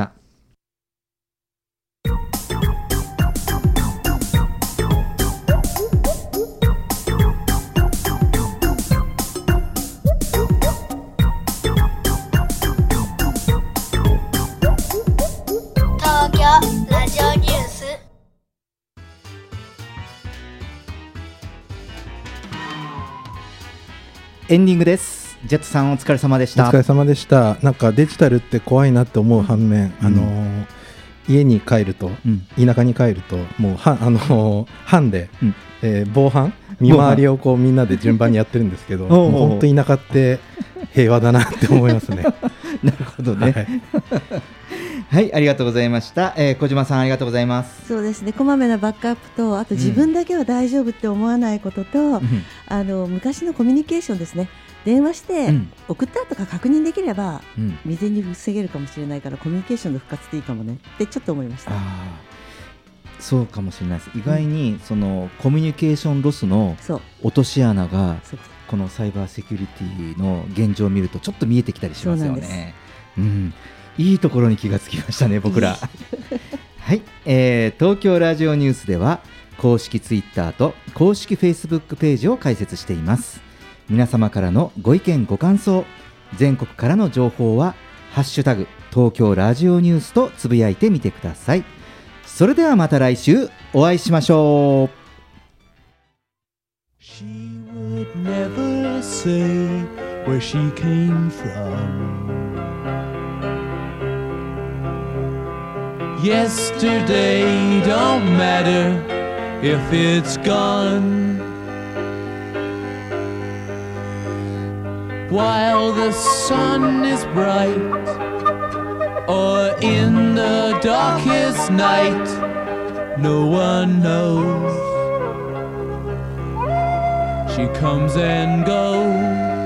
M: 東京ラジオニュース。
G: エンディングです。ジェットさん、お疲れ様でした。
H: お疲れ様でした。なんかデジタルって怖いなって思う反面、家に帰ると、田舎に帰るともう班で、防犯見回りをみんなで順番にやってるんですけど、本当に田舎って平和だなって思いますね。
G: なるほどね。はい、ありがとうございました。小島さん、ありがとうございます。
K: そうですね、こまめなバックアップと、あと自分だけは大丈夫って思わないことと、昔のコミュニケーションですね。電話して送ったとか確認できれば、未然に防げるかもしれないから、コミュニケーションの復活でいいかもねってちょっと思いました。
G: そうかもしれないです。意外にそのコミュニケーションロスの落とし穴が、このサイバーセキュリティの現状を見るとちょっと見えてきたりしますよね。いいところに気がつきましたね、僕ら。はい、東京ラジオニュースでは公式ツイッターと公式フェイスブックページを開設しています。皆様からのご意見ご感想、全国からの情報はハッシュタグ東京ラジオニュースとつぶやいてみてください。それではまた来週お会いしましょう。
J: She would never say where she came from. Yesterday don't matter if it's gone. While the sun is bright or in the darkest night, no one knows. She comes and goes.